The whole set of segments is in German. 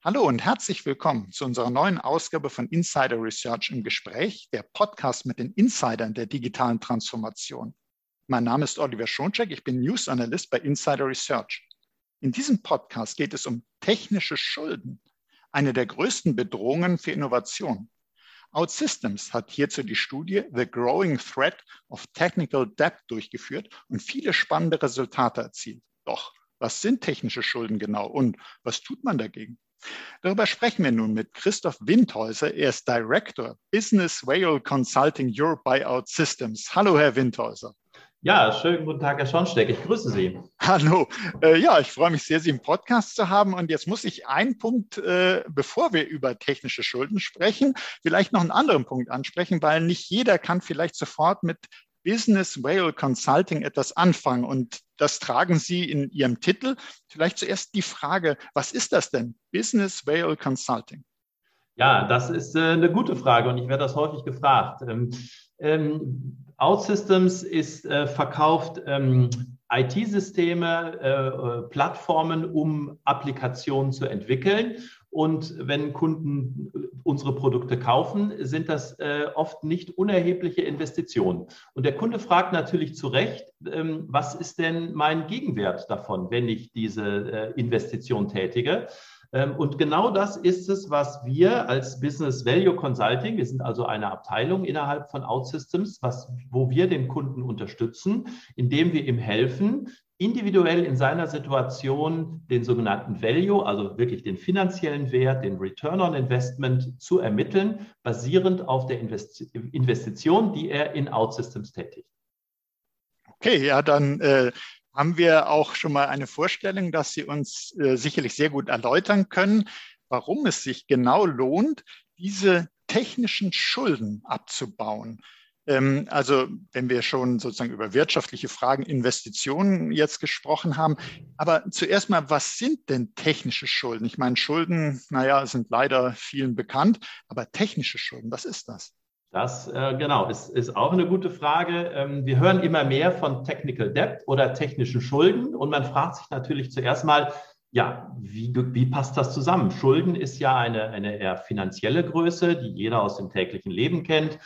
Hallo und herzlich willkommen zu unserer neuen Ausgabe von Insider Research im Gespräch, der Podcast mit den Insidern der digitalen Transformation. Mein Name ist Oliver Schoncheck, ich bin News Analyst bei Insider Research. In diesem Podcast geht es um technische Schulden, eine der größten Bedrohungen für Innovation. OutSystems hat hierzu die Studie The Growing Threat of Technical Debt durchgeführt und viele spannende Resultate erzielt. Doch, was sind technische Schulden genau und was tut man dagegen? Darüber sprechen wir nun mit Christoph Windhäuser. Er ist Director Business Value Consulting Europe bei OutSystems. Hallo, Herr Windhäuser. Ja, schönen guten Tag, Herr Schonsteck. Ich grüße Sie. Hallo. Ja, ich freue mich sehr, Sie im Podcast zu haben. Und jetzt muss ich einen Punkt, bevor wir über technische Schulden sprechen, vielleicht noch einen anderen Punkt ansprechen, weil nicht jeder kann vielleicht sofort mit Business Value Consulting etwas anfangen. Und das tragen Sie in Ihrem Titel. Vielleicht zuerst die Frage, was ist das denn? Business Value Consulting. Ja, das ist eine gute Frage und ich werde das häufig gefragt. OutSystems ist verkauft IT-Systeme, Plattformen, um Applikationen zu entwickeln. Und wenn Kunden unsere Produkte kaufen, sind das oft nicht unerhebliche Investitionen. Und der Kunde fragt natürlich zu Recht, was ist denn mein Gegenwert davon, wenn ich diese Investition tätige? Und genau das ist es, was wir als Business Value Consulting, wir sind also eine Abteilung innerhalb von OutSystems, wo wir den Kunden unterstützen, indem wir ihm helfen, individuell in seiner Situation den sogenannten Value, also wirklich den finanziellen Wert, den Return on Investment zu ermitteln, basierend auf der Investition, die er in OutSystems tätigt. Okay, ja, dann haben wir auch schon mal eine Vorstellung, dass Sie uns sicherlich sehr gut erläutern können, warum es sich genau lohnt, diese technischen Schulden abzubauen. Also wenn wir schon sozusagen über wirtschaftliche Fragen, Investitionen jetzt gesprochen haben. Aber zuerst mal, was sind denn technische Schulden? Ich meine, Schulden, sind leider vielen bekannt, aber technische Schulden, was ist das? Das genau, ist auch eine gute Frage. Wir hören immer mehr von Technical Debt oder technischen Schulden und man fragt sich natürlich zuerst mal, ja, wie passt das zusammen? Schulden ist ja eine eher finanzielle Größe, die jeder aus dem täglichen Leben kennt.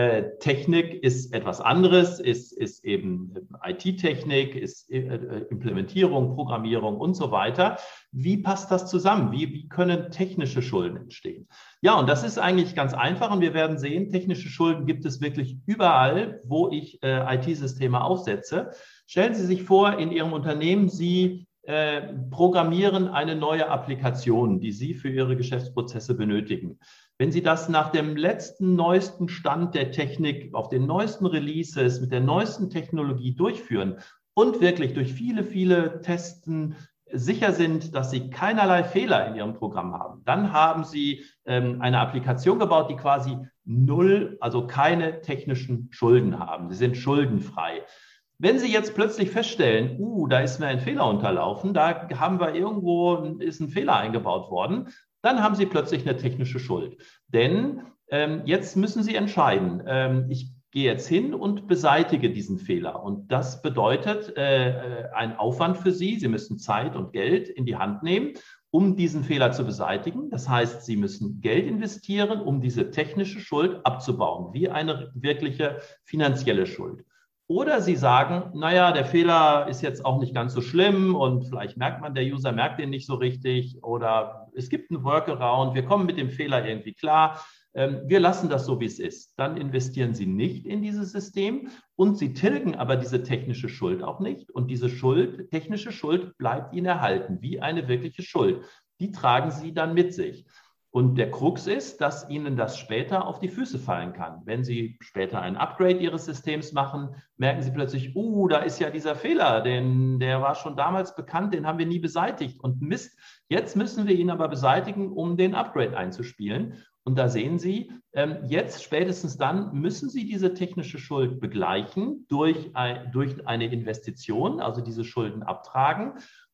Technik ist etwas anderes, ist eben IT-Technik, ist Implementierung, Programmierung und so weiter. Wie passt das zusammen? Wie können technische Schulden entstehen? Ja, und das ist eigentlich ganz einfach und wir werden sehen, technische Schulden gibt es wirklich überall, wo ich IT-Systeme aufsetze. Stellen Sie sich vor, in Ihrem Unternehmen, Sie programmieren eine neue Applikation, die Sie für Ihre Geschäftsprozesse benötigen. Wenn Sie das nach dem neuesten Stand der Technik, auf den neuesten Releases, mit der neuesten Technologie durchführen und wirklich durch viele Testen sicher sind, dass Sie keinerlei Fehler in Ihrem Programm haben, dann haben Sie eine Applikation gebaut, die quasi null, also keine technischen Schulden haben. Sie sind schuldenfrei. Wenn Sie jetzt plötzlich feststellen, da ist mir ein Fehler unterlaufen, da haben wir ist ein Fehler eingebaut worden, dann haben Sie plötzlich eine technische Schuld. Denn jetzt müssen Sie entscheiden, ich gehe jetzt hin und beseitige diesen Fehler. Und das bedeutet einen Aufwand für Sie. Sie müssen Zeit und Geld in die Hand nehmen, um diesen Fehler zu beseitigen. Das heißt, Sie müssen Geld investieren, um diese technische Schuld abzubauen, wie eine wirkliche finanzielle Schuld. Oder Sie sagen, der Fehler ist jetzt auch nicht ganz so schlimm und vielleicht der User merkt den nicht so richtig oder es gibt einen Workaround, wir kommen mit dem Fehler irgendwie klar, wir lassen das so, wie es ist. Dann investieren Sie nicht in dieses System und Sie tilgen aber diese technische Schuld auch nicht und diese technische Schuld bleibt Ihnen erhalten, wie eine wirkliche Schuld. Die tragen Sie dann mit sich. Und der Krux ist, dass Ihnen das später auf die Füße fallen kann. Wenn Sie später ein Upgrade Ihres Systems machen, merken Sie plötzlich, da ist ja dieser Fehler, der war schon damals bekannt, den haben wir nie beseitigt. Und Mist, jetzt müssen wir ihn aber beseitigen, um den Upgrade einzuspielen. Und da sehen Sie, jetzt spätestens dann müssen Sie diese technische Schuld begleichen durch eine Investition, also diese Schulden abtragen.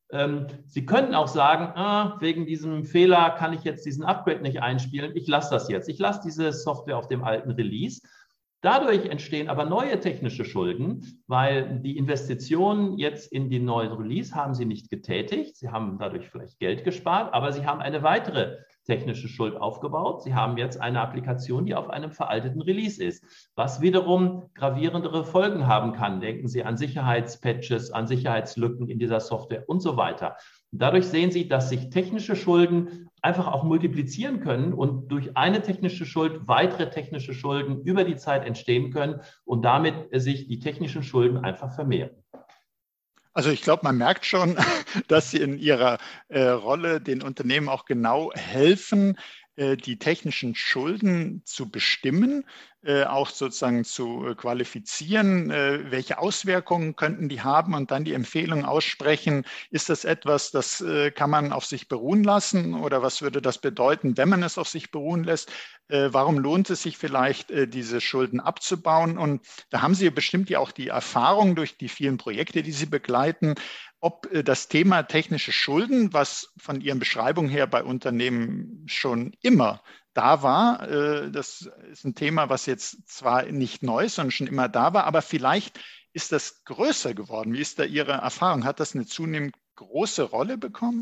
Sie könnten auch sagen, wegen diesem Fehler kann ich jetzt diesen Upgrade nicht einspielen. Ich lasse das jetzt. Ich lasse diese Software auf dem alten Release. Dadurch entstehen aber neue technische Schulden, weil die Investitionen jetzt in die neue Release haben sie nicht getätigt. Sie haben dadurch vielleicht Geld gespart, aber sie haben eine weitere technische Schuld aufgebaut. Sie haben jetzt eine Applikation, die auf einem veralteten Release ist, was wiederum gravierendere Folgen haben kann. Denken Sie an Sicherheitspatches, an Sicherheitslücken in dieser Software und so weiter. Dadurch sehen Sie, dass sich technische Schulden einfach auch multiplizieren können und durch eine technische Schuld weitere technische Schulden über die Zeit entstehen können und damit sich die technischen Schulden einfach vermehren. Also ich glaube, man merkt schon, dass Sie in Ihrer Rolle den Unternehmen auch genau helfen, die technischen Schulden zu bestimmen, auch sozusagen zu qualifizieren, welche Auswirkungen könnten die haben und dann die Empfehlung aussprechen, ist das etwas, das kann man auf sich beruhen lassen oder was würde das bedeuten, wenn man es auf sich beruhen lässt? Warum lohnt es sich vielleicht, diese Schulden abzubauen? Und da haben Sie bestimmt ja auch die Erfahrung durch die vielen Projekte, die Sie begleiten, ob das Thema technische Schulden, was von Ihren Beschreibungen her bei Unternehmen schon immer da war, das ist ein Thema, was jetzt zwar nicht neu ist, sondern schon immer da war, aber vielleicht ist das größer geworden. Wie ist da Ihre Erfahrung? Hat das eine zunehmend große Rolle bekommen?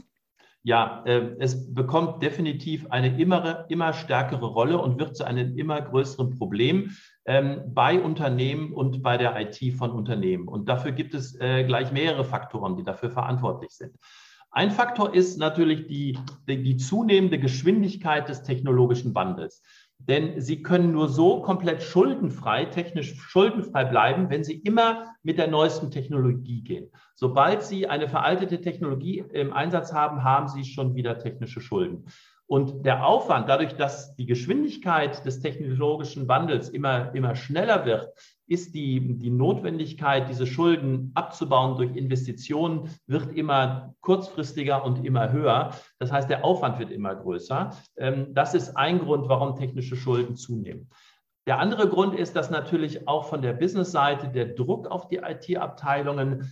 Ja, es bekommt definitiv eine immer stärkere Rolle und wird zu einem immer größeren Problem bei Unternehmen und bei der IT von Unternehmen. Und dafür gibt es gleich mehrere Faktoren, die dafür verantwortlich sind. Ein Faktor ist natürlich die zunehmende Geschwindigkeit des technologischen Wandels. Denn Sie können nur so komplett schuldenfrei, technisch schuldenfrei bleiben, wenn Sie immer mit der neuesten Technologie gehen. Sobald Sie eine veraltete Technologie im Einsatz haben, haben Sie schon wieder technische Schulden. Und der Aufwand, dadurch, dass die Geschwindigkeit des technologischen Wandels immer schneller wird, ist die Notwendigkeit, diese Schulden abzubauen durch Investitionen, wird immer kurzfristiger und immer höher. Das heißt, der Aufwand wird immer größer. Das ist ein Grund, warum technische Schulden zunehmen. Der andere Grund ist, dass natürlich auch von der Business-Seite der Druck auf die IT-Abteilungen,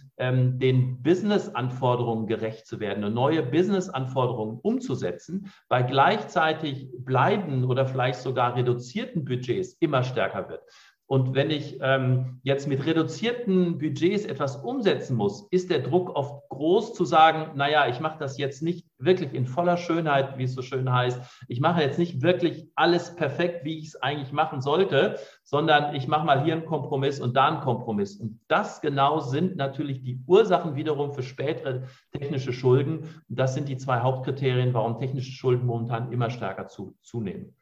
den Business-Anforderungen gerecht zu werden und neue Business-Anforderungen umzusetzen, bei gleichzeitig bleibenden oder vielleicht sogar reduzierten Budgets immer stärker wird. Und wenn ich jetzt mit reduzierten Budgets etwas umsetzen muss, ist der Druck oft groß zu sagen, naja, ich mache das jetzt nicht wirklich in voller Schönheit, wie es so schön heißt. Ich mache jetzt nicht wirklich alles perfekt, wie ich es eigentlich machen sollte, sondern ich mache mal hier einen Kompromiss und da einen Kompromiss. Und das genau sind natürlich die Ursachen wiederum für spätere technische Schulden. Das sind die zwei Hauptkriterien, warum technische Schulden momentan immer stärker zunehmen.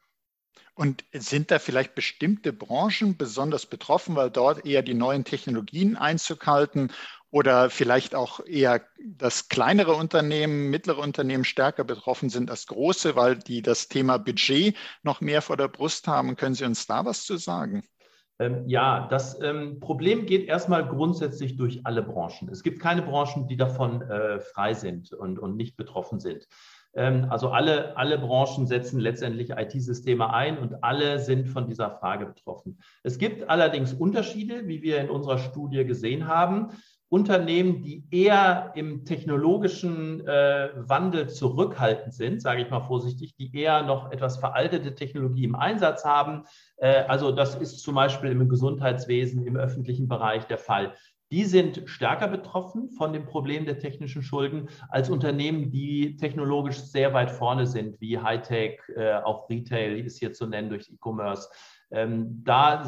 Und sind da vielleicht bestimmte Branchen besonders betroffen, weil dort eher die neuen Technologien Einzug halten oder vielleicht auch eher das kleinere Unternehmen, mittlere Unternehmen stärker betroffen sind als große, weil die das Thema Budget noch mehr vor der Brust haben? Können Sie uns da was zu sagen? Ja, das Problem geht erstmal grundsätzlich durch alle Branchen. Es gibt keine Branchen, die davon frei sind und nicht betroffen sind. Also alle Branchen setzen letztendlich IT-Systeme ein und alle sind von dieser Frage betroffen. Es gibt allerdings Unterschiede, wie wir in unserer Studie gesehen haben. Unternehmen, die eher im technologischen Wandel zurückhaltend sind, sage ich mal vorsichtig, die eher noch etwas veraltete Technologie im Einsatz haben. Also das ist zum Beispiel im Gesundheitswesen, im öffentlichen Bereich der Fall. Die sind stärker betroffen von dem Problem der technischen Schulden als Unternehmen, die technologisch sehr weit vorne sind, wie Hightech, auch Retail ist hier zu nennen durch E-Commerce. Da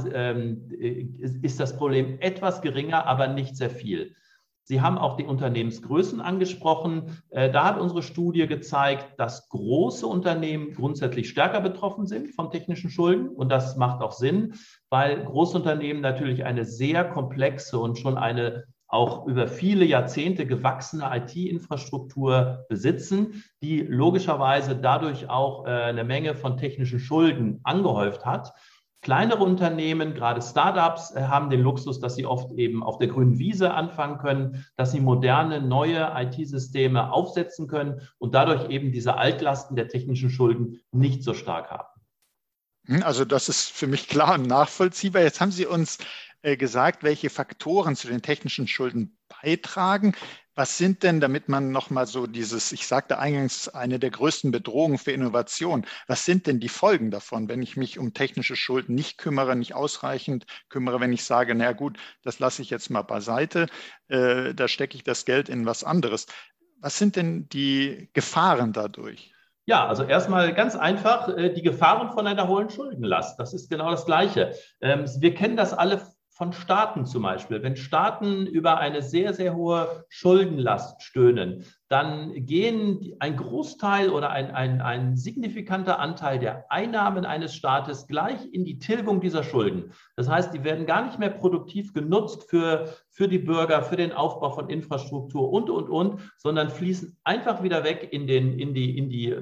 ist das Problem etwas geringer, aber nicht sehr viel. Sie haben auch die Unternehmensgrößen angesprochen. Da hat unsere Studie gezeigt, dass große Unternehmen grundsätzlich stärker betroffen sind von technischen Schulden. Und das macht auch Sinn, weil Großunternehmen natürlich eine sehr komplexe und schon eine auch über viele Jahrzehnte gewachsene IT-Infrastruktur besitzen, die logischerweise dadurch auch eine Menge von technischen Schulden angehäuft hat. Kleinere Unternehmen, gerade Startups, haben den Luxus, dass sie oft eben auf der grünen Wiese anfangen können, dass sie moderne, neue IT-Systeme aufsetzen können und dadurch eben diese Altlasten der technischen Schulden nicht so stark haben. Also das ist für mich klar und nachvollziehbar. Jetzt haben Sie uns gesagt, welche Faktoren zu den technischen Schulden beitragen. Was sind denn, damit man nochmal so ich sagte eingangs, eine der größten Bedrohungen für Innovation, was sind denn die Folgen davon, wenn ich mich um technische Schulden nicht kümmere, nicht ausreichend kümmere, wenn ich sage, na gut, das lasse ich jetzt mal beiseite, da stecke ich das Geld in was anderes. Was sind denn die Gefahren dadurch? Ja, also erstmal ganz einfach, die Gefahren von einer hohen Schuldenlast. Das ist genau das Gleiche. Wir kennen das alle von Staaten zum Beispiel. Wenn Staaten über eine sehr, sehr hohe Schuldenlast stöhnen, dann gehen ein Großteil oder ein signifikanter Anteil der Einnahmen eines Staates gleich in die Tilgung dieser Schulden. Das heißt, die werden gar nicht mehr produktiv genutzt für die Bürger, für den Aufbau von Infrastruktur und, sondern fließen einfach wieder weg in die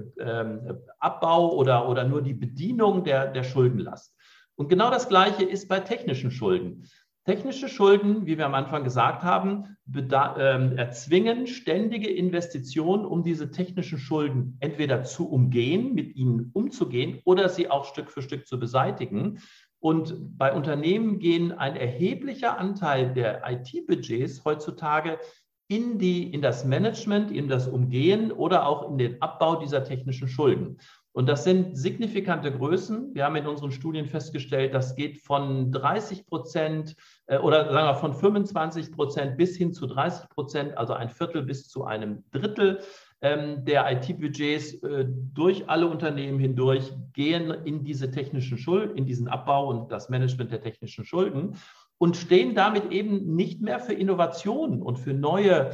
Abbau oder nur die Bedienung der Schuldenlast. Und genau das Gleiche ist bei technischen Schulden. Technische Schulden, wie wir am Anfang gesagt haben, erzwingen ständige Investitionen, um diese technischen Schulden entweder zu umgehen, mit ihnen umzugehen oder sie auch Stück für Stück zu beseitigen. Und bei Unternehmen gehen ein erheblicher Anteil der IT-Budgets heutzutage in das Management, in das Umgehen oder auch in den Abbau dieser technischen Schulden. Und das sind signifikante Größen. Wir haben in unseren Studien festgestellt, das geht von 30% oder sagen wir von 25% bis hin zu 30%, also ein Viertel bis zu einem Drittel der IT-Budgets durch alle Unternehmen hindurch gehen in diese technischen Schulden, in diesen Abbau und das Management der technischen Schulden und stehen damit eben nicht mehr für Innovationen und für neue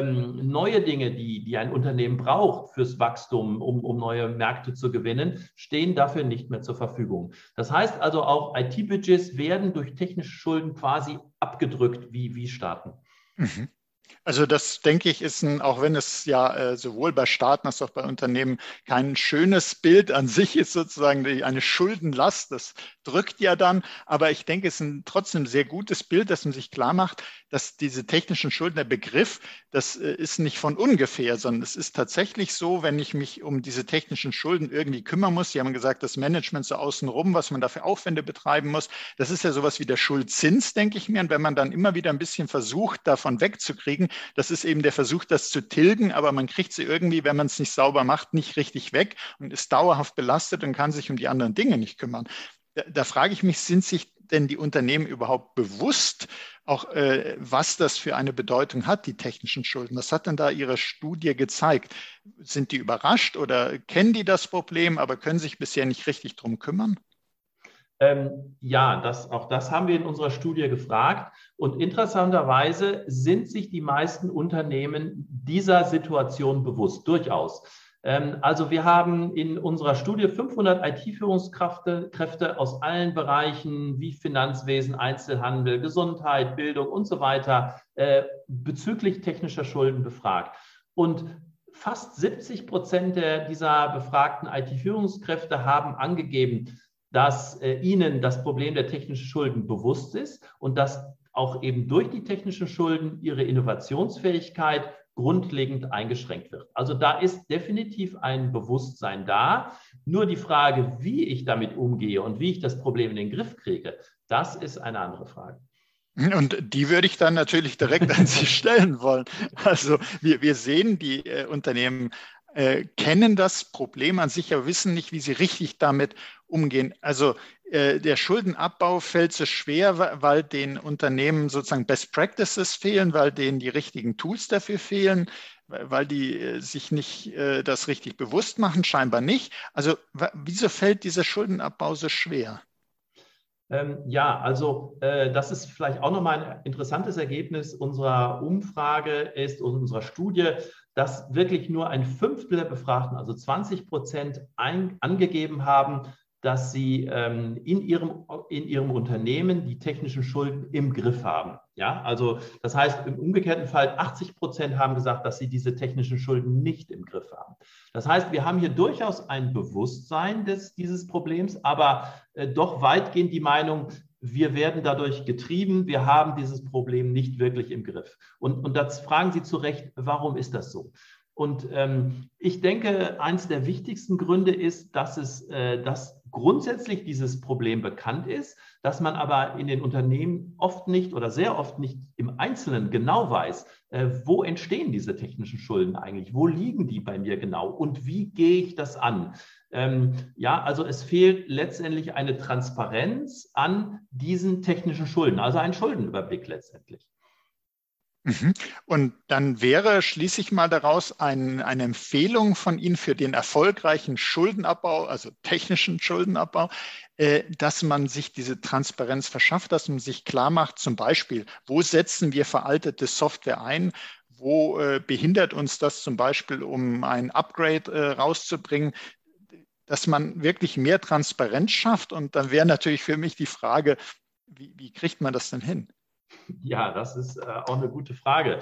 Dinge, die ein Unternehmen braucht fürs Wachstum, um neue Märkte zu gewinnen, stehen dafür nicht mehr zur Verfügung. Das heißt also auch, IT-Budgets werden durch technische Schulden quasi abgedrückt wie Staaten. Mhm. Also das, denke ich, ist auch wenn es ja sowohl bei Staaten als auch bei Unternehmen kein schönes Bild an sich ist, sozusagen eine Schuldenlast, das drückt ja dann, aber ich denke, es ist trotzdem ein sehr gutes Bild, dass man sich klar macht, dass diese technischen Schulden, der Begriff, das ist nicht von ungefähr, sondern es ist tatsächlich so, wenn ich mich um diese technischen Schulden irgendwie kümmern muss, Sie haben gesagt, das Management so außenrum, was man dafür Aufwände betreiben muss, das ist ja sowas wie der Schuldzins, denke ich mir, und wenn man dann immer wieder ein bisschen versucht, davon wegzukriegen, das ist eben der Versuch, das zu tilgen, aber man kriegt sie irgendwie, wenn man es nicht sauber macht, nicht richtig weg und ist dauerhaft belastet und kann sich um die anderen Dinge nicht kümmern. Da frage ich mich, sind sich denn die Unternehmen überhaupt bewusst, auch was das für eine Bedeutung hat, die technischen Schulden? Was hat denn da Ihre Studie gezeigt? Sind die überrascht oder kennen die das Problem, aber können sich bisher nicht richtig drum kümmern? Ja, auch das haben wir in unserer Studie gefragt. Und interessanterweise sind sich die meisten Unternehmen dieser Situation bewusst, durchaus. Also wir haben in unserer Studie 500 IT-Führungskräfte aus allen Bereichen wie Finanzwesen, Einzelhandel, Gesundheit, Bildung und so weiter bezüglich technischer Schulden befragt. Und fast 70% dieser befragten IT-Führungskräfte haben angegeben, dass ihnen das Problem der technischen Schulden bewusst ist und dass auch eben durch die technischen Schulden ihre Innovationsfähigkeit grundlegend eingeschränkt wird. Also da ist definitiv ein Bewusstsein da. Nur die Frage, wie ich damit umgehe und wie ich das Problem in den Griff kriege, das ist eine andere Frage. Und die würde ich dann natürlich direkt an Sie stellen wollen. Also wir sehen, die Unternehmen kennen das Problem an sich, aber wissen nicht, wie sie richtig damit umgehen. Also der Schuldenabbau fällt so schwer, weil den Unternehmen sozusagen Best Practices fehlen, weil denen die richtigen Tools dafür fehlen, weil die sich nicht das richtig bewusst machen, scheinbar nicht. Also wieso fällt dieser Schuldenabbau so schwer? Ja, also das ist vielleicht auch nochmal ein interessantes Ergebnis unserer Umfrage unserer Studie, dass wirklich nur ein Fünftel der Befragten, also 20%, angegeben haben, dass sie in ihrem Unternehmen die technischen Schulden im Griff haben. Ja, also das heißt, im umgekehrten Fall 80% haben gesagt, dass sie diese technischen Schulden nicht im Griff haben. Das heißt, wir haben hier durchaus ein Bewusstsein dieses Problems, aber doch weitgehend die Meinung, wir werden dadurch getrieben, wir haben dieses Problem nicht wirklich im Griff. Und das fragen Sie zu Recht, warum ist das so? Und ich denke, eines der wichtigsten Gründe ist, dass grundsätzlich dieses Problem bekannt ist, dass man aber in den Unternehmen oft nicht oder sehr oft nicht im Einzelnen genau weiß, wo entstehen diese technischen Schulden eigentlich, wo liegen die bei mir genau und wie gehe ich das an? Also es fehlt letztendlich eine Transparenz an diesen technischen Schulden, also ein Schuldenüberblick letztendlich. Und dann schließe ich mal daraus, eine Empfehlung von Ihnen für den erfolgreichen Schuldenabbau, also technischen Schuldenabbau, dass man sich diese Transparenz verschafft, dass man sich klar macht, zum Beispiel, wo setzen wir veraltete Software ein, wo behindert uns das zum Beispiel, um ein Upgrade rauszubringen, dass man wirklich mehr Transparenz schafft. Und dann wäre natürlich für mich die Frage, wie kriegt man das denn hin? Ja, das ist auch eine gute Frage.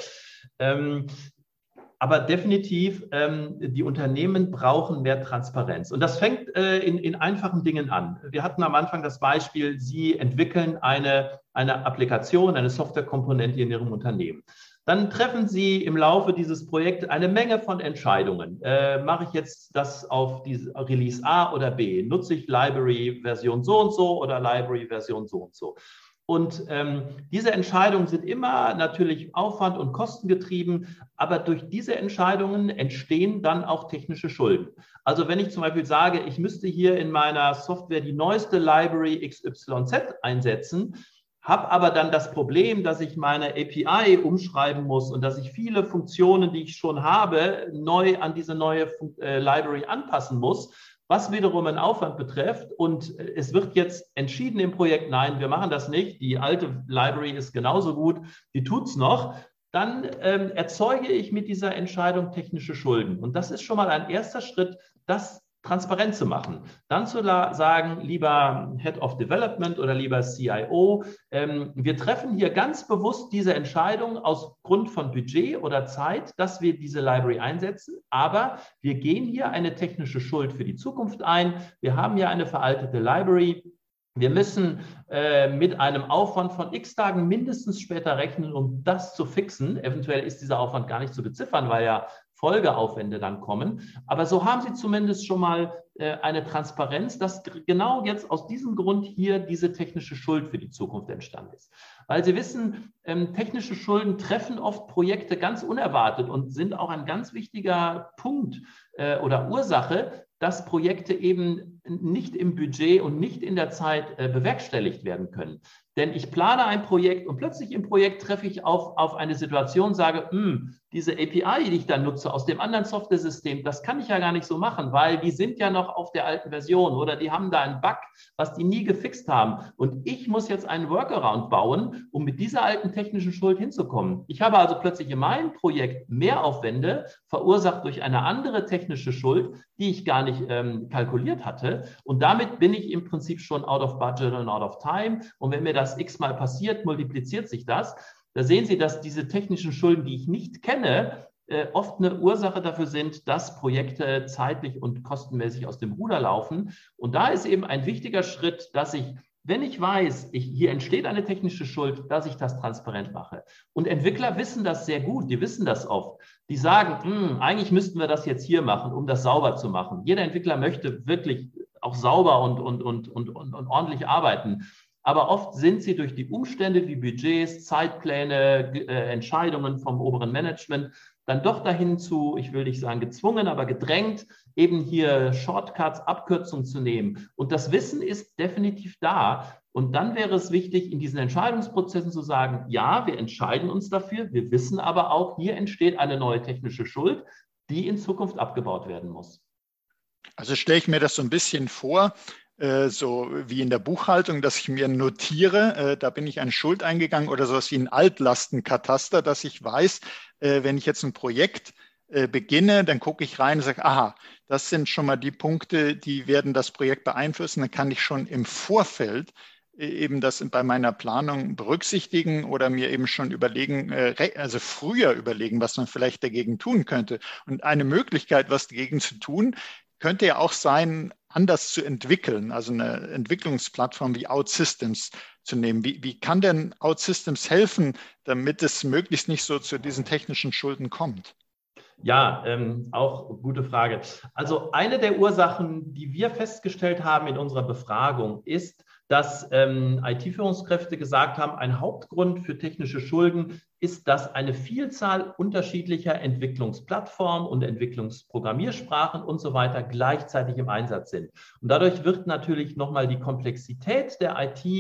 Aber definitiv, die Unternehmen brauchen mehr Transparenz. Und das fängt in einfachen Dingen an. Wir hatten am Anfang das Beispiel, Sie entwickeln eine Applikation, eine Softwarekomponente in Ihrem Unternehmen. Dann treffen Sie im Laufe dieses Projekts eine Menge von Entscheidungen. Mache ich jetzt das auf diese Release A oder B? Nutze ich Library-Version so und so oder Library-Version so und so? Und diese Entscheidungen sind immer natürlich Aufwand- und kostengetrieben, aber durch diese Entscheidungen entstehen dann auch technische Schulden. Also wenn ich zum Beispiel sage, ich müsste hier in meiner Software die neueste Library XYZ einsetzen, habe aber dann das Problem, dass ich meine API umschreiben muss und dass ich viele Funktionen, die ich schon habe, neu an diese neue Library anpassen muss, was wiederum einen Aufwand betrifft. Und es wird jetzt entschieden im Projekt, nein, wir machen das nicht. Die alte Library ist genauso gut, die tut es noch. Dann erzeuge ich mit dieser Entscheidung technische Schulden. Und das ist schon mal ein erster Schritt, das transparent zu machen. Dann zu sagen, lieber Head of Development oder lieber CIO, wir treffen hier ganz bewusst diese Entscheidung aus Grund von Budget oder Zeit, dass wir diese Library einsetzen, aber wir gehen hier eine technische Schuld für die Zukunft ein. Wir haben hier eine veraltete Library. Wir müssen mit einem Aufwand von x Tagen mindestens später rechnen, um das zu fixen. Eventuell ist dieser Aufwand gar nicht zu beziffern, weil ja Folgeaufwände dann kommen. Aber so haben Sie zumindest schon mal eine Transparenz, dass genau jetzt aus diesem Grund hier diese technische Schuld für die Zukunft entstanden ist. Weil Sie wissen, technische Schulden treffen oft Projekte ganz unerwartet und sind auch ein ganz wichtiger Punkt oder Ursache, dass Projekte eben nicht im Budget und nicht in der Zeit bewerkstelligt werden können. Denn ich plane ein Projekt und plötzlich im Projekt treffe ich auf eine Situation und sage, diese API, die ich dann nutze aus dem anderen Software-System, das kann ich ja gar nicht so machen, weil die sind ja noch auf der alten Version oder die haben da einen Bug, was die nie gefixt haben. Und ich muss jetzt einen Workaround bauen, um mit dieser alten technischen Schuld hinzukommen. Ich habe also plötzlich in meinem Projekt Mehraufwände verursacht durch eine andere technische Schuld, die ich gar nicht kalkuliert hatte. Und damit bin ich im Prinzip schon out of budget und out of time. Und wenn mir das x-mal passiert, multipliziert sich das. Da sehen Sie, dass diese technischen Schulden, die ich nicht kenne, oft eine Ursache dafür sind, dass Projekte zeitlich und kostenmäßig aus dem Ruder laufen. Und da ist eben ein wichtiger Schritt, dass ich, wenn ich weiß, hier entsteht eine technische Schuld, dass ich das transparent mache. Und Entwickler wissen das sehr gut, die wissen das oft. Die sagen, eigentlich müssten wir das jetzt hier machen, um das sauber zu machen. Jeder Entwickler möchte wirklich auch sauber und ordentlich arbeiten. Aber oft sind sie durch die Umstände wie Budgets, Zeitpläne, Entscheidungen vom oberen Management dann doch dahin zu, ich will nicht sagen gezwungen, aber gedrängt, eben hier Shortcuts, Abkürzungen zu nehmen. Und das Wissen ist definitiv da. Und dann wäre es wichtig, in diesen Entscheidungsprozessen zu sagen, ja, wir entscheiden uns dafür, wir wissen aber auch, hier entsteht eine neue technische Schuld, die in Zukunft abgebaut werden muss. Also stelle ich mir das so ein bisschen vor, so wie in der Buchhaltung, dass ich mir notiere, da bin ich eine Schuld eingegangen oder sowas wie ein Altlastenkataster, dass ich weiß, wenn ich jetzt ein Projekt beginne, dann gucke ich rein und sage, aha, das sind schon mal die Punkte, die werden das Projekt beeinflussen. Dann kann ich schon im Vorfeld eben das bei meiner Planung berücksichtigen oder mir eben schon überlegen, also früher überlegen, was man vielleicht dagegen tun könnte. Und eine Möglichkeit, was dagegen zu tun, könnte ja auch sein, anders zu entwickeln, also eine Entwicklungsplattform wie OutSystems zu nehmen. Wie kann denn OutSystems helfen, damit es möglichst nicht so zu diesen technischen Schulden kommt? Ja, auch gute Frage. Also eine der Ursachen, die wir festgestellt haben in unserer Befragung, ist, dass IT-Führungskräfte gesagt haben, ein Hauptgrund für technische Schulden ist, dass eine Vielzahl unterschiedlicher Entwicklungsplattformen und Entwicklungsprogrammiersprachen und so weiter gleichzeitig im Einsatz sind. Und dadurch wird natürlich nochmal die Komplexität der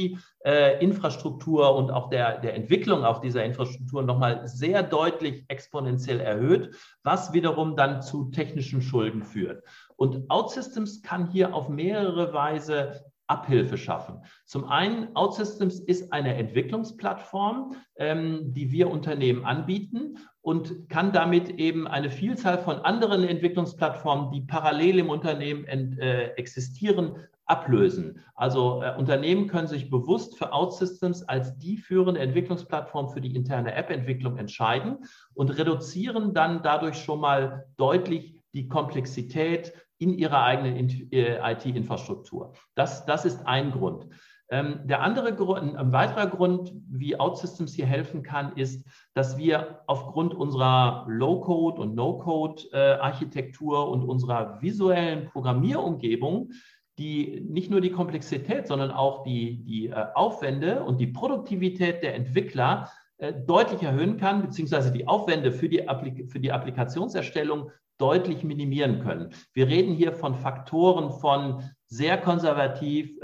IT-Infrastruktur und auch der Entwicklung auf dieser Infrastruktur nochmal sehr deutlich exponentiell erhöht, was wiederum dann zu technischen Schulden führt. Und OutSystems kann hier auf mehrere Weise Abhilfe schaffen. Zum einen, OutSystems ist eine Entwicklungsplattform, die wir Unternehmen anbieten und kann damit eben eine Vielzahl von anderen Entwicklungsplattformen, die parallel im Unternehmen existieren, ablösen. Also Unternehmen können sich bewusst für OutSystems als die führende Entwicklungsplattform für die interne App-Entwicklung entscheiden und reduzieren dann dadurch schon mal deutlich die Komplexität in ihrer eigenen IT-Infrastruktur. Das ist ein Grund. Der andere Grund, ein weiterer Grund, wie OutSystems hier helfen kann, ist, dass wir aufgrund unserer Low-Code- und No-Code-Architektur und unserer visuellen Programmierumgebung die nicht nur die Komplexität, sondern auch die Aufwände und die Produktivität der Entwickler deutlich erhöhen kann, beziehungsweise die Aufwände für die Applikationserstellung deutlich minimieren können. Wir reden hier von Faktoren von sehr konservativ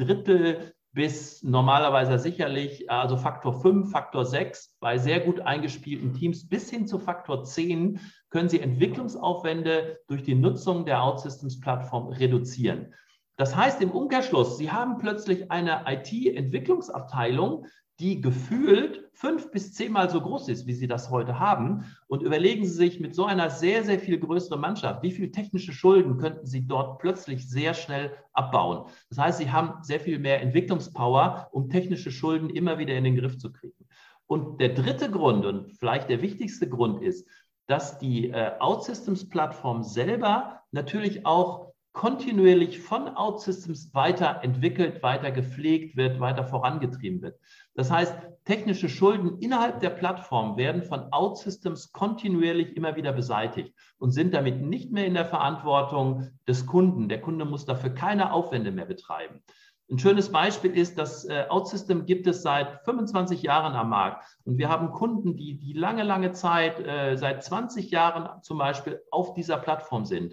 1/3 bis normalerweise sicherlich, also Faktor 5, Faktor 6, bei sehr gut eingespielten Teams bis hin zu Faktor 10 können Sie Entwicklungsaufwände durch die Nutzung der OutSystems-Plattform reduzieren. Das heißt im Umkehrschluss, Sie haben plötzlich eine IT-Entwicklungsabteilung, die gefühlt 5 bis 10 Mal so groß ist, wie Sie das heute haben. Und überlegen Sie sich mit so einer sehr, sehr viel größeren Mannschaft, wie viel technische Schulden könnten Sie dort plötzlich sehr schnell abbauen. Das heißt, Sie haben sehr viel mehr Entwicklungspower, um technische Schulden immer wieder in den Griff zu kriegen. Und der dritte Grund und vielleicht der wichtigste Grund ist, dass die OutSystems-Plattform selber natürlich auch kontinuierlich von OutSystems weiterentwickelt, weiter gepflegt wird, weiter vorangetrieben wird. Das heißt, technische Schulden innerhalb der Plattform werden von OutSystems kontinuierlich immer wieder beseitigt und sind damit nicht mehr in der Verantwortung des Kunden. Der Kunde muss dafür keine Aufwände mehr betreiben. Ein schönes Beispiel ist, dass OutSystem gibt es seit 25 Jahren am Markt. Und wir haben Kunden, die lange, lange Zeit, seit 20 Jahren zum Beispiel auf dieser Plattform sind.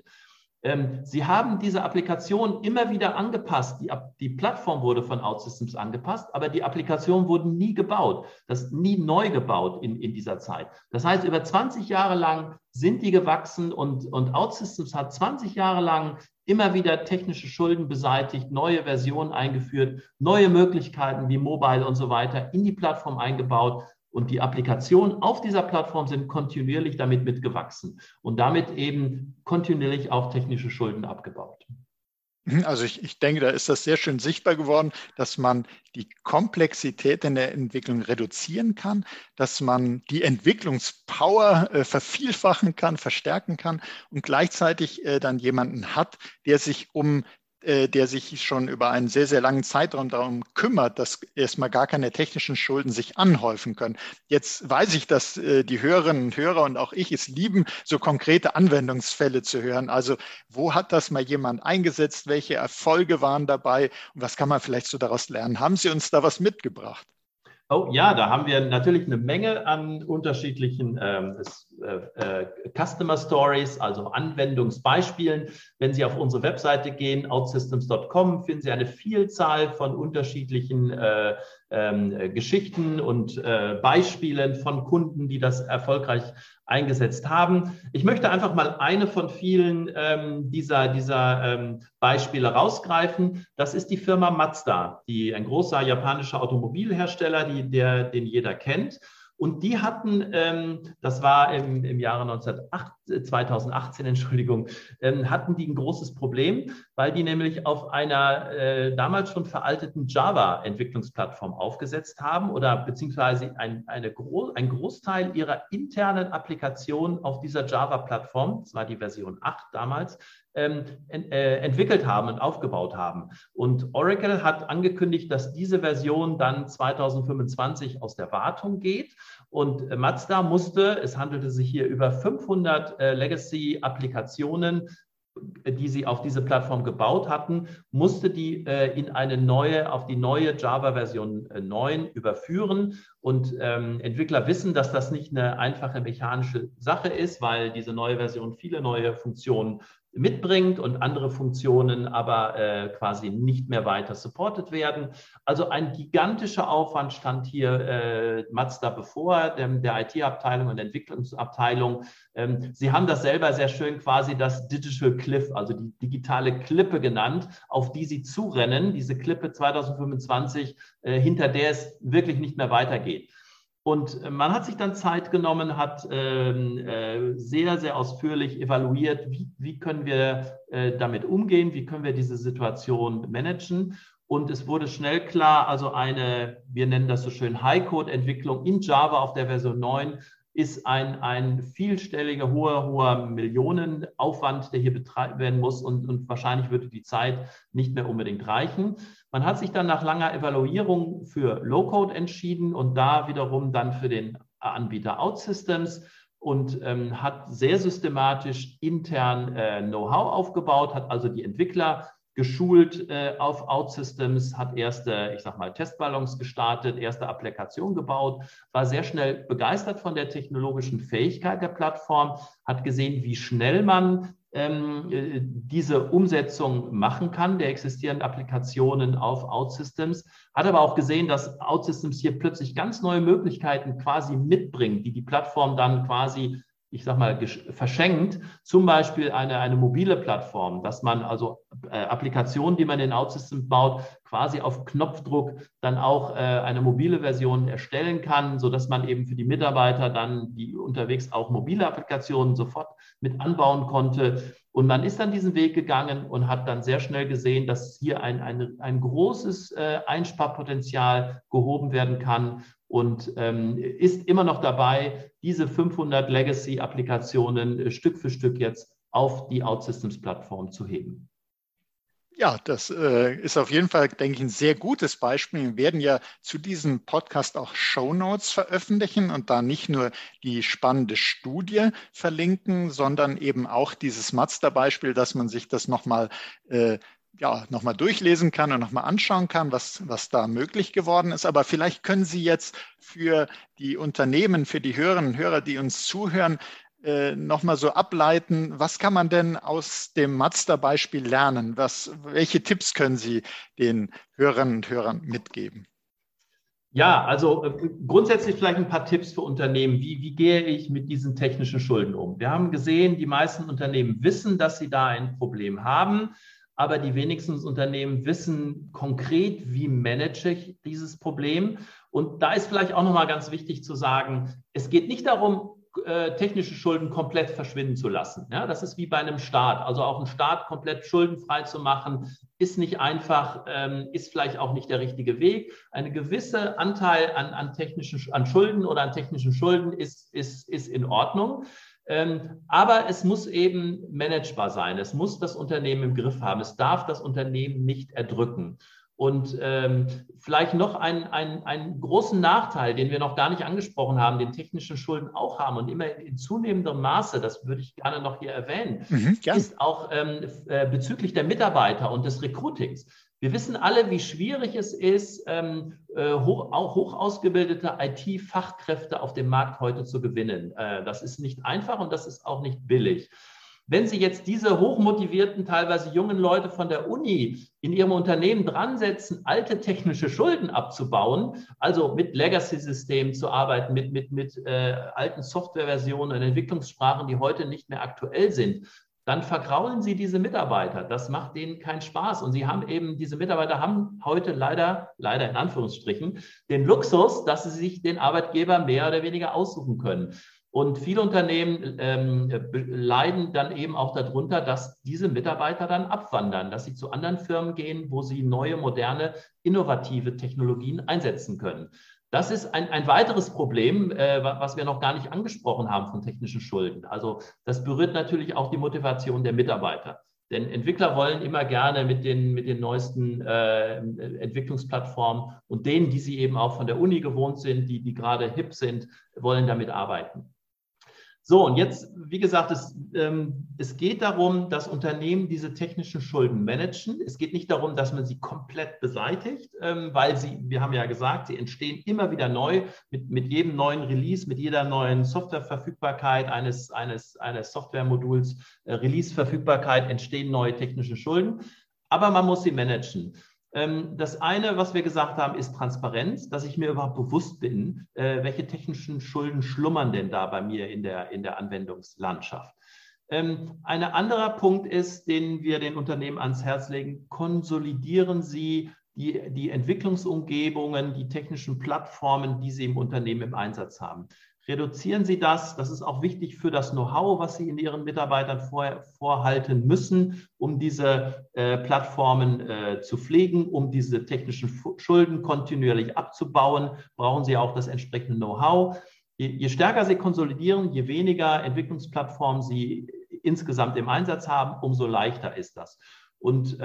Sie haben diese Applikation immer wieder angepasst. Die Plattform wurde von OutSystems angepasst, aber die Applikation wurde nie gebaut. Das ist nie neu gebaut in dieser Zeit. Das heißt, über 20 Jahre lang sind die gewachsen und OutSystems hat 20 Jahre lang immer wieder technische Schulden beseitigt, neue Versionen eingeführt, neue Möglichkeiten wie Mobile und so weiter in die Plattform eingebaut. Und die Applikationen auf dieser Plattform sind kontinuierlich damit mitgewachsen und damit eben kontinuierlich auch technische Schulden abgebaut. Also ich denke, da ist das sehr schön sichtbar geworden, dass man die Komplexität in der Entwicklung reduzieren kann, dass man die Entwicklungspower vervielfachen kann, verstärken kann und gleichzeitig dann jemanden hat, der sich schon über einen sehr, sehr langen Zeitraum darum kümmert, dass erstmal gar keine technischen Schulden sich anhäufen können. Jetzt weiß ich, dass die Hörerinnen und Hörer und auch ich es lieben, so konkrete Anwendungsfälle zu hören. Also wo hat das mal jemand eingesetzt? Welche Erfolge waren dabei? Und was kann man vielleicht so daraus lernen? Haben Sie uns da was mitgebracht? Oh ja, da haben wir natürlich eine Menge an unterschiedlichen Customer Stories, also Anwendungsbeispielen. Wenn Sie auf unsere Webseite gehen, outsystems.com, finden Sie eine Vielzahl von unterschiedlichen Geschichten und Beispielen von Kunden, die das erfolgreich eingesetzt haben. Ich möchte einfach mal eine von vielen dieser Beispiele rausgreifen. Das ist die Firma Mazda, ein großer japanischer Automobilhersteller, den jeder kennt. Und die hatten, das war im Jahre 2018, hatten die ein großes Problem, weil die nämlich auf einer damals schon veralteten Java-Entwicklungsplattform aufgesetzt haben oder beziehungsweise ein Großteil ihrer internen Applikation auf dieser Java-Plattform, das war die Version 8 damals, entwickelt haben und aufgebaut haben. Und Oracle hat angekündigt, dass diese Version dann 2025 aus der Wartung geht. Und Mazda musste, es handelte sich hier über 500 Legacy-Applikationen, die sie auf diese Plattform gebaut hatten, musste die auf die neue Java-Version 9 überführen. Und Entwickler wissen, dass das nicht eine einfache mechanische Sache ist, weil diese neue Version viele neue Funktionen mitbringt und andere Funktionen aber quasi nicht mehr weiter supported werden. Also ein gigantischer Aufwand stand hier Mazda bevor, der IT-Abteilung und der Entwicklungsabteilung. Sie haben das selber sehr schön quasi das Digital Cliff, also die digitale Klippe genannt, auf die sie zurennen, diese Klippe 2025, hinter der es wirklich nicht mehr weitergeht. Und man hat sich dann Zeit genommen, hat sehr, sehr ausführlich evaluiert, wie können wir damit umgehen, wie können wir diese Situation managen. Und es wurde schnell klar, also wir nennen das so schön High-Code-Entwicklung in Java auf der Version 9 ist ein vielstelliger, hoher Millionenaufwand, der hier betrieben werden muss und wahrscheinlich würde die Zeit nicht mehr unbedingt reichen. Man hat sich dann nach langer Evaluierung für Low-Code entschieden und da wiederum dann für den Anbieter OutSystems und hat sehr systematisch intern Know-how aufgebaut, hat also die Entwickler geschult auf OutSystems, hat erste, ich sag mal, Testballons gestartet, erste Applikationen gebaut, war sehr schnell begeistert von der technologischen Fähigkeit der Plattform, hat gesehen, wie schnell man diese Umsetzung machen kann, der existierenden Applikationen auf OutSystems, hat aber auch gesehen, dass OutSystems hier plötzlich ganz neue Möglichkeiten quasi mitbringt, die die Plattform dann quasi, ich sag mal, verschenkt, zum Beispiel eine mobile Plattform, dass man also Applikationen, die man in OutSystems baut, quasi auf Knopfdruck dann auch eine mobile Version erstellen kann, sodass man eben für die Mitarbeiter dann, die unterwegs auch mobile Applikationen sofort mit anbauen konnte. Und man ist dann diesen Weg gegangen und hat dann sehr schnell gesehen, dass hier ein großes Einsparpotenzial gehoben werden kann und ist immer noch dabei, diese 500 Legacy-Applikationen Stück für Stück jetzt auf die OutSystems-Plattform zu heben. Ja, das ist auf jeden Fall, denke ich, ein sehr gutes Beispiel. Wir werden ja zu diesem Podcast auch Shownotes veröffentlichen und da nicht nur die spannende Studie verlinken, sondern eben auch dieses Mazda-Beispiel, dass man sich das nochmal nochmal durchlesen kann und nochmal anschauen kann, was da möglich geworden ist. Aber vielleicht können Sie jetzt für die Unternehmen, für die Hörerinnen und Hörer, die uns zuhören, nochmal so ableiten, was kann man denn aus dem Mazda-Beispiel lernen? Welche Tipps können Sie den Hörerinnen und Hörern mitgeben? Ja, also grundsätzlich vielleicht ein paar Tipps für Unternehmen. Wie gehe ich mit diesen technischen Schulden um? Wir haben gesehen, die meisten Unternehmen wissen, dass sie da ein Problem haben, aber die wenigsten Unternehmen wissen konkret, wie manage ich dieses Problem. Und da ist vielleicht auch nochmal ganz wichtig zu sagen, es geht nicht darum, technische Schulden komplett verschwinden zu lassen. Ja, das ist wie bei einem Staat. Also auch einen Staat komplett schuldenfrei zu machen, ist nicht einfach, ist vielleicht auch nicht der richtige Weg. Ein gewisser Anteil an Schulden oder an technischen Schulden ist in Ordnung. Aber es muss eben managebar sein. Es muss das Unternehmen im Griff haben. Es darf das Unternehmen nicht erdrücken. Und vielleicht noch einen großen Nachteil, den wir noch gar nicht angesprochen haben, den technischen Schulden auch haben und immer in zunehmendem Maße, das würde ich gerne noch hier erwähnen, ist auch bezüglich der Mitarbeiter und des Recruitings. Wir wissen alle, wie schwierig es ist, auch hoch ausgebildete IT-Fachkräfte auf dem Markt heute zu gewinnen. Das ist nicht einfach und das ist auch nicht billig. Wenn Sie jetzt diese hochmotivierten, teilweise jungen Leute von der Uni in Ihrem Unternehmen dran setzen, alte technische Schulden abzubauen, also mit Legacy-Systemen zu arbeiten, mit alten Softwareversionen und Entwicklungssprachen, die heute nicht mehr aktuell sind, dann vergraulen Sie diese Mitarbeiter. Das macht denen keinen Spaß. Und diese Mitarbeiter haben heute leider in Anführungsstrichen, den Luxus, dass sie sich den Arbeitgeber mehr oder weniger aussuchen können. Und viele Unternehmen leiden dann eben auch darunter, dass diese Mitarbeiter dann abwandern, dass sie zu anderen Firmen gehen, wo sie neue, moderne, innovative Technologien einsetzen können. Das ist ein weiteres Problem, was wir noch gar nicht angesprochen haben von technischen Schulden. Also das berührt natürlich auch die Motivation der Mitarbeiter. Denn Entwickler wollen immer gerne mit den neuesten Entwicklungsplattformen und denen, die sie eben auch von der Uni gewohnt sind, die gerade hip sind, wollen damit arbeiten. So, und jetzt, wie gesagt, es geht darum, dass Unternehmen diese technischen Schulden managen. Es geht nicht darum, dass man sie komplett beseitigt, weil wir haben ja gesagt, sie entstehen immer wieder neu mit jedem neuen Release, mit jeder neuen Softwareverfügbarkeit eines Softwaremoduls, Release-Verfügbarkeit entstehen neue technische Schulden. Aber man muss sie managen. Das eine, was wir gesagt haben, ist Transparenz, dass ich mir überhaupt bewusst bin, welche technischen Schulden schlummern denn da bei mir in der Anwendungslandschaft. Ein anderer Punkt ist, den wir den Unternehmen ans Herz legen: Konsolidieren Sie die Entwicklungsumgebungen, die technischen Plattformen, die Sie im Unternehmen im Einsatz haben. Reduzieren Sie das. Das ist auch wichtig für das Know-how, was Sie in Ihren Mitarbeitern vorhalten müssen, um diese Plattformen zu pflegen, um diese technischen Schulden kontinuierlich abzubauen, brauchen Sie auch das entsprechende Know-how. Je stärker Sie konsolidieren, je weniger Entwicklungsplattformen Sie insgesamt im Einsatz haben, umso leichter ist das. Und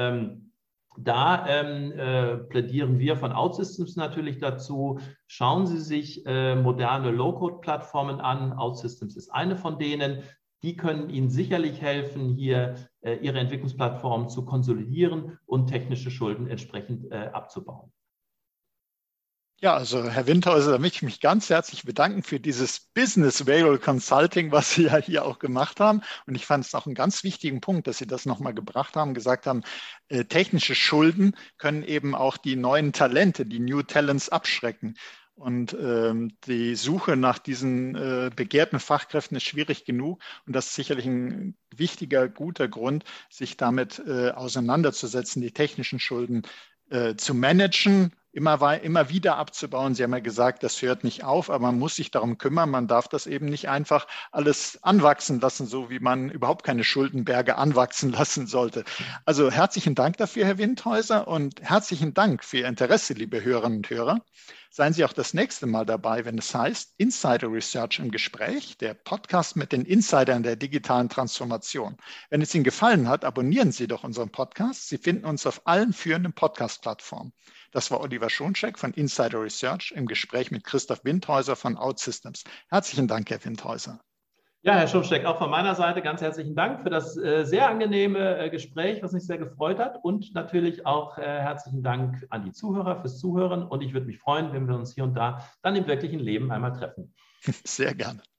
da plädieren wir von OutSystems natürlich dazu: Schauen Sie sich moderne Low-Code-Plattformen an. OutSystems ist eine von denen. Die können Ihnen sicherlich helfen, hier Ihre Entwicklungsplattformen zu konsolidieren und technische Schulden entsprechend abzubauen. Ja, also Herr Windhäuser, da möchte ich mich ganz herzlich bedanken für dieses Business Value Consulting, was Sie ja hier auch gemacht haben. Und ich fand es auch einen ganz wichtigen Punkt, dass Sie das nochmal gebracht haben, gesagt haben, technische Schulden können eben auch die neuen Talente, die New Talents abschrecken. Und die Suche nach diesen begehrten Fachkräften ist schwierig genug. Und das ist sicherlich ein wichtiger, guter Grund, sich damit auseinanderzusetzen, die technischen Schulden zu managen, immer wieder abzubauen. Sie haben ja gesagt, das hört nicht auf, aber man muss sich darum kümmern. Man darf das eben nicht einfach alles anwachsen lassen, so wie man überhaupt keine Schuldenberge anwachsen lassen sollte. Also herzlichen Dank dafür, Herr Windhäuser, und herzlichen Dank für Ihr Interesse, liebe Hörerinnen und Hörer. Seien Sie auch das nächste Mal dabei, wenn es heißt Insider Research im Gespräch, der Podcast mit den Insidern der digitalen Transformation. Wenn es Ihnen gefallen hat, abonnieren Sie doch unseren Podcast. Sie finden uns auf allen führenden Podcast-Plattformen. Das war Oliver Schoncheck von Insider Research im Gespräch mit Christoph Windhäuser von OutSystems. Herzlichen Dank, Herr Windhäuser. Ja, Herr Schoncheck, auch von meiner Seite ganz herzlichen Dank für das sehr angenehme Gespräch, was mich sehr gefreut hat. Und natürlich auch herzlichen Dank an die Zuhörer fürs Zuhören. Und ich würde mich freuen, wenn wir uns hier und da dann im wirklichen Leben einmal treffen. Sehr gerne.